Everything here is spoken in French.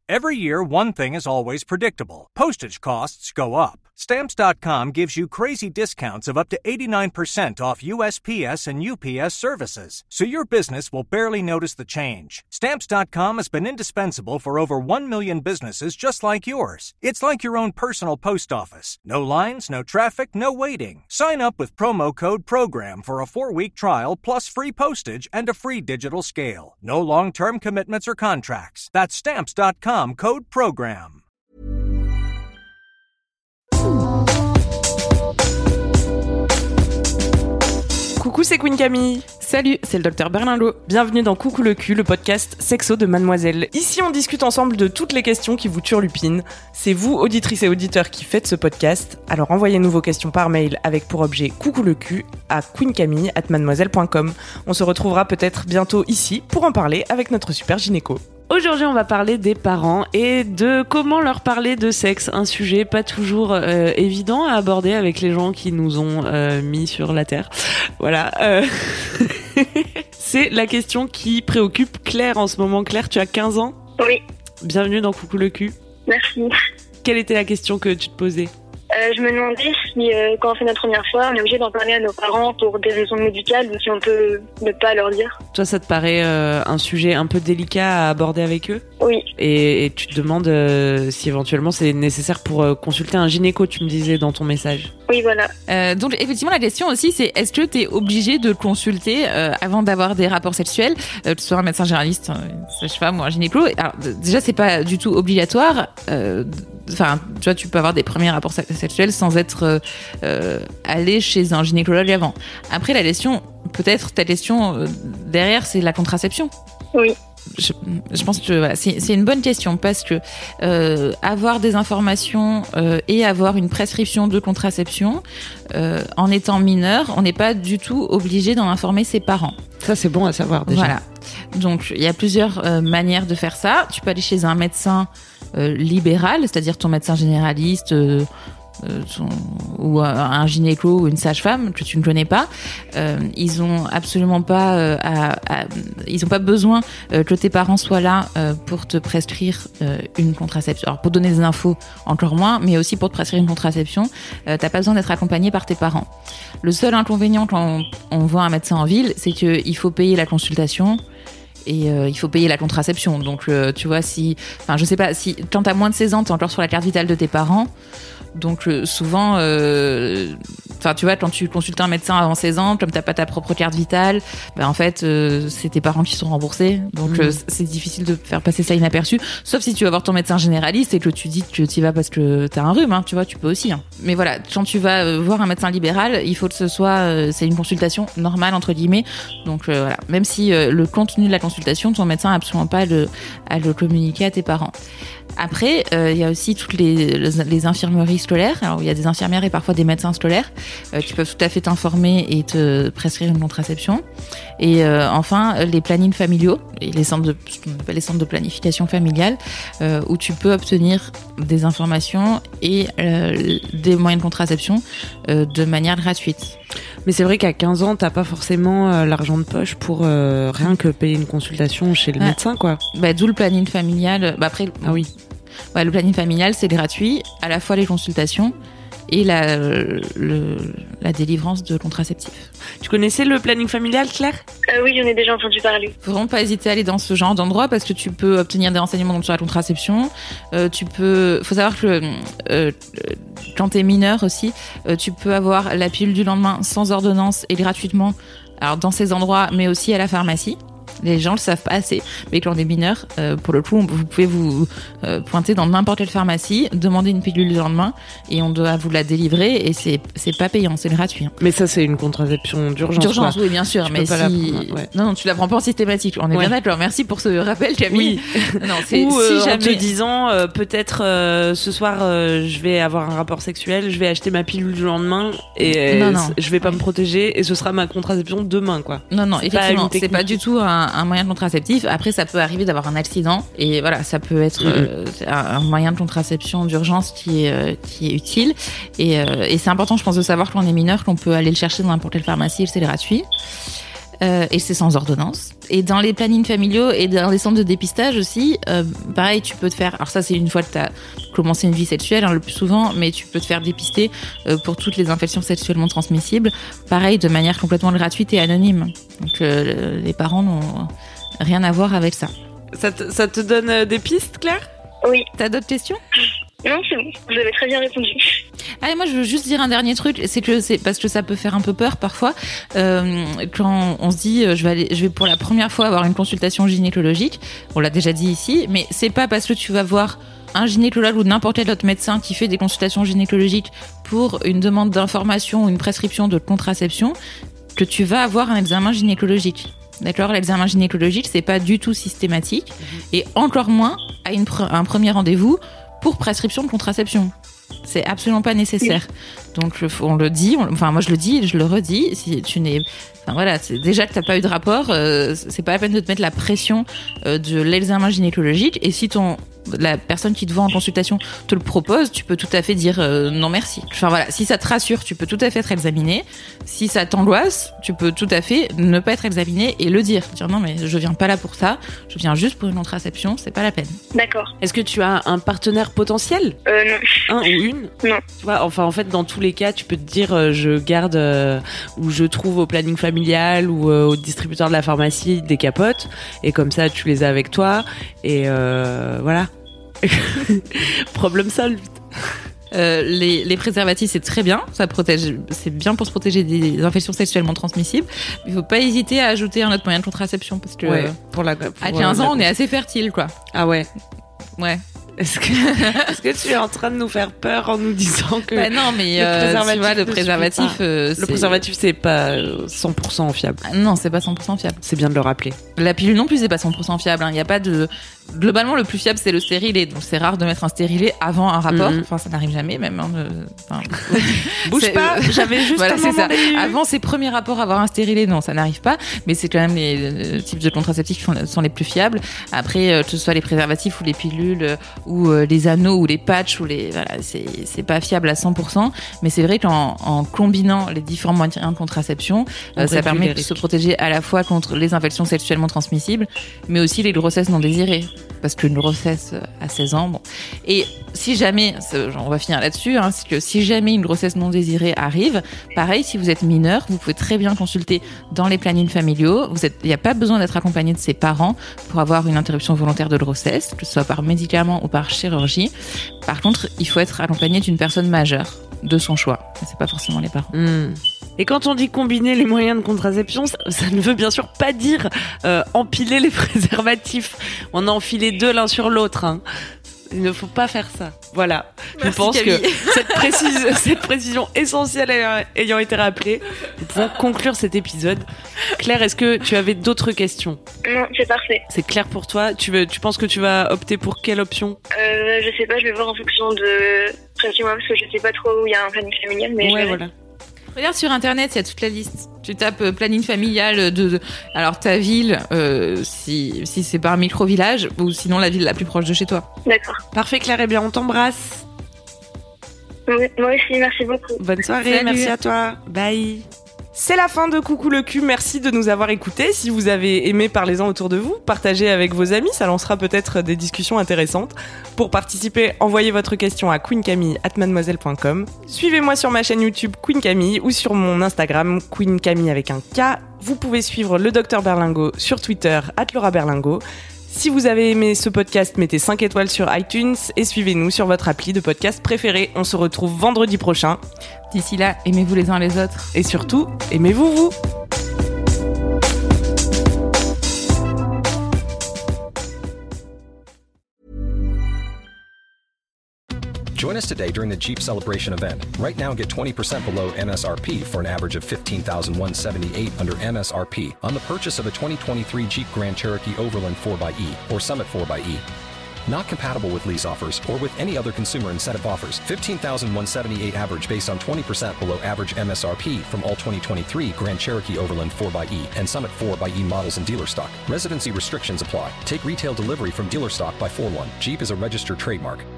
Every year, one thing is always predictable. Postage costs go up. Stamps.com gives you crazy discounts of up to 89% off USPS and UPS services, so your business will barely notice the change. Stamps.com has been indispensable for over 1 million businesses just like yours. It's like your own personal post office. No lines, no traffic, no waiting. Sign up with promo code PROGRAM for a 4-week trial plus free postage and a free digital scale. No long-term commitments or contracts. That's Stamps.com, code PROGRAM. Coucou, c'est Queen Camille. Salut, c'est le docteur Berlinlot. Bienvenue dans Coucou le cul, le podcast sexo de Mademoiselle. Ici, on discute ensemble de toutes les questions qui vous turlupinent. C'est vous, auditrices et auditeurs, qui faites ce podcast. Alors envoyez-nous vos questions par mail avec pour objet Coucou le cul à queencamille@mademoiselle.com. On se retrouvera peut-être bientôt ici pour en parler avec notre super gynéco. Aujourd'hui, on va parler des parents et de comment leur parler de sexe. Un sujet pas toujours évident à aborder avec les gens qui nous ont mis sur la terre. Voilà. C'est la question qui préoccupe Claire en ce moment. Claire, tu as 15 ans ? Oui. Bienvenue dans Coucou le cul. Merci. Quelle était la question que tu te posais ? Je me demandais si, quand on fait notre première fois, on est obligé d'en parler à nos parents pour des raisons médicales ou si on peut ne pas leur dire. Toi, ça te paraît un sujet un peu délicat à aborder avec eux ? Oui. Et tu te demandes si éventuellement c'est nécessaire pour consulter un gynéco, tu me disais dans ton message. Oui, voilà. Donc effectivement, la question aussi, c'est est-ce que tu es obligé de consulter avant d'avoir des rapports sexuels, que ce soit un médecin généraliste, une sage-femme ou un gynéco. Alors déjà, c'est pas du tout obligatoire. Enfin, tu vois, tu peux avoir des premiers rapports sexuels sans être allé chez un gynécologue avant. Après, la question, peut-être ta question derrière, c'est la contraception. Oui. Je pense que voilà, c'est une bonne question parce que avoir des informations et avoir une prescription de contraception en étant mineur, on n'est pas du tout obligé d'en informer ses parents. Ça, c'est bon à savoir déjà. Voilà. Donc, il y a plusieurs manières de faire ça. Tu peux aller chez un médecin libéral, c'est-à-dire ton médecin généraliste ou un gynéco ou une sage-femme que tu ne connais pas. Ils ont absolument pas ils ont pas besoin que tes parents soient là pour te prescrire une contraception. Alors pour donner des infos encore moins, mais aussi pour te prescrire une contraception, t'as pas besoin d'être accompagné par tes parents. Le seul inconvénient quand on voit un médecin en ville, c'est que il faut payer la consultation. Et il faut payer la contraception. Donc, tu vois, je sais pas, si quand t'as moins de 16 ans, t'es encore sur la carte vitale de tes parents. Donc, souvent, tu vois, quand tu consultes un médecin avant 16 ans, comme t'as pas ta propre carte vitale, en fait, c'est tes parents qui sont remboursés. Donc, c'est difficile de faire passer ça inaperçu. Sauf si tu vas voir ton médecin généraliste et que tu dis que tu y vas parce que t'as un rhume, hein, tu vois, tu peux aussi. Hein. Mais voilà, quand tu vas voir un médecin libéral, il faut que ce soit, c'est une consultation normale, entre guillemets. Donc, voilà. Même si le contenu de la consultation, ton médecin n'a absolument pas à le communiquer à tes parents. Après, il y a aussi toutes les infirmeries scolaires. Alors, il y a des infirmières et parfois des médecins scolaires qui peuvent tout à fait t'informer et te prescrire une contraception. Et enfin, les plannings familiaux, et ce qu'on appelle les centres de planification familiale, où tu peux obtenir des informations et des moyens de contraception de manière gratuite. Mais c'est vrai qu'à 15 ans, t'as pas forcément l'argent de poche pour rien que payer une consultation chez le médecin, quoi. D'où le planning familial. Après, ah oui. Ouais, le planning familial, c'est gratuit, à la fois les consultations et la délivrance de contraceptifs. Tu connaissais le planning familial, Claire ? Oui, j'en ai déjà entendu parler. Faut vraiment pas hésiter à aller dans ce genre d'endroit parce que tu peux obtenir des renseignements sur la contraception. Faut savoir que quand t'es mineur aussi, tu peux avoir la pilule du lendemain sans ordonnance et gratuitement. Alors dans ces endroits, mais aussi à la pharmacie. Les gens le savent pas assez, mais quand on est mineur, pour le coup, vous pouvez vous pointer dans n'importe quelle pharmacie, demander une pilule le lendemain, et on doit vous la délivrer, et c'est pas payant, c'est gratuit. Hein. Mais ça, c'est une contraception d'urgence. D'urgence, quoi. Oui, bien sûr, mais ouais. Non, tu la prends pas en systématique. On est bien d'accord. Merci pour ce rappel, Camille. Oui. Non, Ou si jamais... en te disant, peut-être ce soir, je vais avoir un rapport sexuel, je vais acheter ma pilule du lendemain, et je vais pas me protéger, et ce sera ma contraception demain, quoi. Non, effectivement, c'est pas du tout un moyen de contraceptif. Après, ça peut arriver d'avoir un accident et voilà, ça peut être un moyen de contraception d'urgence qui est utile et c'est important, je pense, de savoir quand on est mineur qu'on peut aller le chercher dans n'importe quelle pharmacie et c'est gratuit. et c'est sans ordonnance. Et dans les plannings familiaux et dans les centres de dépistage aussi, pareil, tu peux te faire... Alors ça, c'est une fois que tu as commencé une vie sexuelle, le plus souvent, mais tu peux te faire dépister pour toutes les infections sexuellement transmissibles, pareil, de manière complètement gratuite et anonyme. Donc les parents n'ont rien à voir avec ça. Ça te donne des pistes, Claire ? Oui. T'as d'autres questions ? Non, c'est bon. Vous avez très bien répondu. Ah, et moi, je veux juste dire un dernier truc. C'est parce que ça peut faire un peu peur parfois. Quand on se dit, je vais pour la première fois avoir une consultation gynécologique. On l'a déjà dit ici, mais c'est pas parce que tu vas voir un gynécologue ou n'importe quel autre médecin qui fait des consultations gynécologiques pour une demande d'information ou une prescription de contraception que tu vas avoir un examen gynécologique. D'accord, l'examen gynécologique, c'est pas du tout systématique et encore moins à un premier rendez-vous pour prescription de contraception. C'est absolument pas nécessaire. Donc on le dit, moi je le dis et je le redis, si tu n'es... Enfin voilà, c'est déjà que t'as pas eu de rapport, c'est pas la peine de te mettre la pression de l'examen gynécologique et si la personne qui te voit en consultation te le propose, tu peux tout à fait dire non merci. Enfin voilà, si ça te rassure, tu peux tout à fait être examiné. Si ça t'angoisse, tu peux tout à fait ne pas être examiné et le dire. Dire non mais je viens pas là pour ça, je viens juste pour une contraception, c'est pas la peine. D'accord. Est-ce que tu as un partenaire potentiel ? Non. Un ou une ? Non. Tu vois, enfin en fait dans tous les cas, tu peux te dire je garde ou je trouve au planning familial ou au distributeur de la pharmacie des capotes et comme ça tu les as avec toi et voilà. Problème solved. Les préservatifs c'est très bien, ça protège, c'est bien pour se protéger des infections sexuellement transmissibles. Il faut pas hésiter à ajouter un autre moyen de contraception parce que à 15 ans on est assez fertile quoi. Ah ouais. Ouais. Est-ce que tu es en train de nous faire peur en nous disant que non mais le préservatif le préservatif c'est pas 100% fiable. Non, c'est pas 100% fiable. C'est bien de le rappeler. La pilule non plus c'est pas 100% fiable, il y a pas de globalement le plus fiable c'est le stérilet. Donc c'est rare de mettre un stérilet avant un rapport, enfin ça n'arrive jamais même bouge pas, j'avais juste voilà, c'est ça. Avant ses premiers rapports avoir un stérilet, non, ça n'arrive pas, mais c'est quand même les types de contraceptifs qui sont les plus fiables. Après que ce soit les préservatifs ou les pilules ou les anneaux ou les patchs ou c'est pas fiable à 100%, mais c'est vrai qu'en combinant les différents moyens de contraception, ça permet de se protéger à la fois contre les infections sexuellement transmissibles, mais aussi les grossesses non désirées. Parce qu'une grossesse à 16 ans, bon. Et si jamais, on va finir là-dessus, c'est que si jamais une grossesse non désirée arrive, pareil, si vous êtes mineur, vous pouvez très bien consulter dans les plannings familiaux. Il n'y a pas besoin d'être accompagné de ses parents pour avoir une interruption volontaire de grossesse, que ce soit par médicament ou par chirurgie. Par contre, il faut être accompagné d'une personne majeure de son choix. C'est pas forcément les parents. Et quand on dit combiner les moyens de contraception, ça ne veut bien sûr pas dire empiler les préservatifs. On a enfilé deux l'un sur l'autre. Il ne faut pas faire ça. Voilà. Merci, je pense Camille. Que cette précision essentielle ayant été rappelée, nous pouvons conclure cet épisode. Claire, est-ce que tu avais d'autres questions ? Non, c'est parfait. C'est clair pour toi ? Tu penses que tu vas opter pour quelle option ? Je sais pas, je vais voir en fonction de... parce que je sais pas trop où il y a un planning familial, mais ouais, voilà. Regarde sur internet, il y a toute la liste. Tu tapes planning familial alors ta ville, si c'est par micro-village, ou sinon la ville la plus proche de chez toi. D'accord. Parfait Claire, eh bien on t'embrasse. Oui, moi aussi, merci beaucoup. Bonne soirée, Salut. Merci à toi. Bye. C'est la fin de Coucou le cul, merci de nous avoir écoutés. Si vous avez aimé, parlez-en autour de vous, partagez avec vos amis, ça lancera peut-être des discussions intéressantes. Pour participer, envoyez votre question à queencamille@mademoiselle.com. Suivez-moi sur ma chaîne YouTube Queen Camille ou sur mon Instagram Queen Camille avec un K. Vous pouvez suivre le Dr Berlingot sur Twitter @LauraBerlingot. Si vous avez aimé ce podcast, mettez 5 étoiles sur iTunes et suivez-nous sur votre appli de podcast préféré. On se retrouve vendredi prochain. D'ici là, aimez-vous les uns les autres. Et surtout, aimez-vous vous. Join us today during the Jeep Celebration event. Right now, get 20% below MSRP for an average of $15,178 under MSRP on the purchase of a 2023 Jeep Grand Cherokee Overland 4xE or Summit 4xE. Not compatible with lease offers or with any other consumer incentive offers. $15,178 average based on 20% below average MSRP from all 2023 Grand Cherokee Overland 4xE and Summit 4xE models in dealer stock. Residency restrictions apply. Take retail delivery from dealer stock by 4/1. Jeep is a registered trademark.